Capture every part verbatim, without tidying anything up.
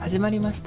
始まりました。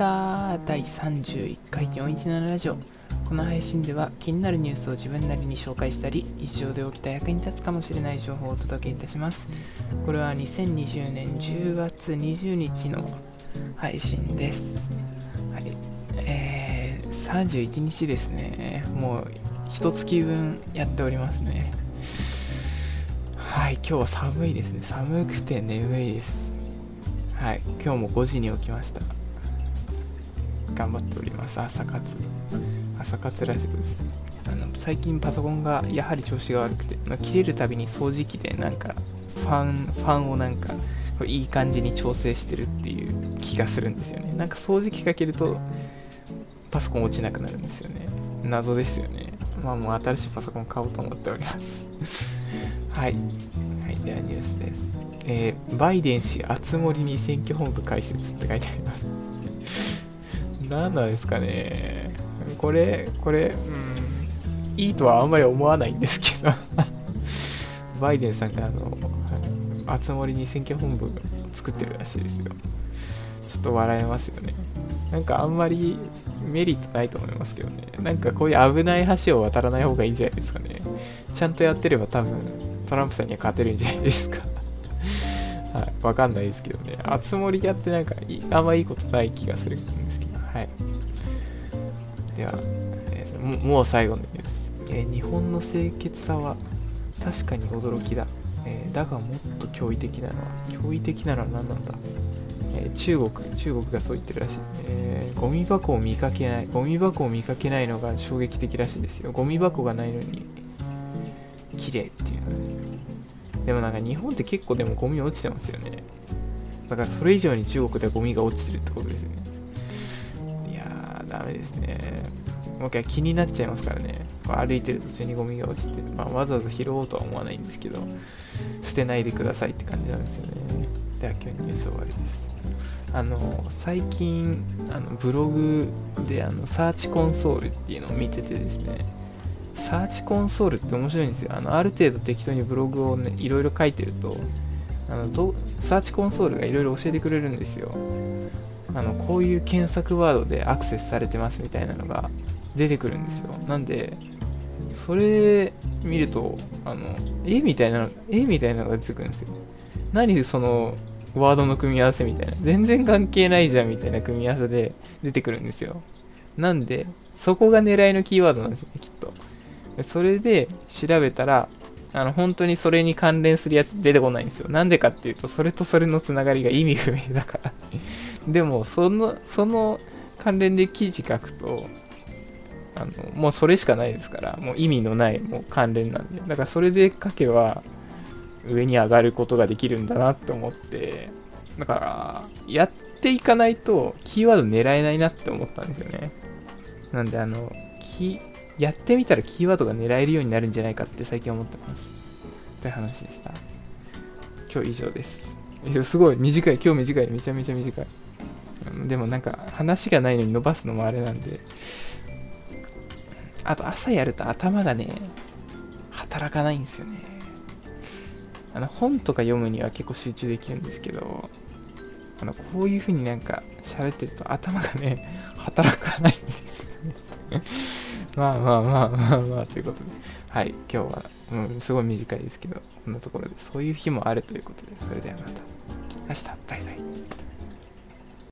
だいさんじゅういっかいよんいちななラジオ。この配信では気になるニュースを自分なりに紹介したり、日常で起きた役に立つかもしれない情報をお届けいたします。これはにせんにじゅうねんじゅうがつにじゅうにちの配信です。はい、えー、さんじゅういちにちですね。もう一月分やっておりますね。はい、今日は寒いですね。寒くて眠いです。はい、今日もごじに起きました。頑張っております。朝活朝活ラジオです。あの最近パソコンがやはり調子が悪くて、切れるたびに掃除機でなんかファンファンをなんかいい感じに調整してるっていう気がするんですよね。なんか掃除機かけるとパソコン落ちなくなるんですよね。謎ですよね。まあもう新しいパソコン買おうと思っておりますはい、はい、ではニュースです。えー、バイデン氏熱盛に選挙本部開設って書いてあります何なんですかねこれこれ、うん、いいとはあんまり思わないんですけどバイデンさんがあの熱盛に選挙本部作ってるらしいですよ。ちょっと笑えますよね。なんかあんまりメリットないと思いますけどね。なんかこういう危ない橋を渡らない方がいいんじゃないですかね。ちゃんとやってれば多分トランプさんには勝てるんじゃないですかはい、わかんないですけどね。熱盛やってなんかあんまいいことない気がするんですけど。はい。では、えー、も, もう最後のニュース、えー。日本の清潔さは確かに驚きだ。えー、だがもっと驚異的なのは、驚異的なのは何なんだ。えー、中国、中国がそう言ってるらしい。えー、ゴミ箱を見かけない、ゴミ箱を見かけないのが衝撃的らしいですよ。ゴミ箱がないのに綺麗っていうのね。でもなんか日本って結構でもゴミ落ちてますよね。だからそれ以上に中国でゴミが落ちてるってことですよね。いやー、ダメですね。僕は気になっちゃいますからね。歩いてる途中にゴミが落ちて、まあ、わざわざ拾おうとは思わないんですけど、捨てないでくださいって感じなんですよね。では今日ニュース終わりです。あの最近あのブログであのサーチコンソールっていうのを見ててですね、サーチコンソールって面白いんですよ。あのある程度適当にブログをねいろいろ書いてると、あのどサーチコンソールがいろいろ教えてくれるんですよ。あのこういう検索ワードでアクセスされてますみたいなのが出てくるんですよ。なんでそれ見るとあの絵みたいなの絵みたいなのが出てくるんですよ。何そのワードの組み合わせみたいな、全然関係ないじゃんみたいな組み合わせで出てくるんですよ。なんでそこが狙いのキーワードなんですよね、きっと。それで調べたらあの本当にそれに関連するやつ出てこないんですよ。なんでかっていうと、それとそれのつながりが意味不明だからでもそのその関連で記事書くとあのもうそれしかないですから、もう意味のないもう関連なんで、だからそれで書けば上に上がることができるんだなって思って、だからやっていかないとキーワード狙えないなって思ったんですよね。なんであのキやってみたらキーワードが狙えるようになるんじゃないかって最近思ってますという話でした。今日以上です。すごい短い、今日短い、めちゃめちゃ短い。でもなんか話がないのに伸ばすのもあれなんで、あと朝やると頭がね働かないんですよね。あの本とか読むには結構集中できるんですけど、あのこういう風になんか喋ってると頭がね働かないんですよねまあまあまあまあまあということで、はい、今日は、うん、すごい短いですけどこんなところで、そういう日もあるということで、それではまた明日、バイバイ。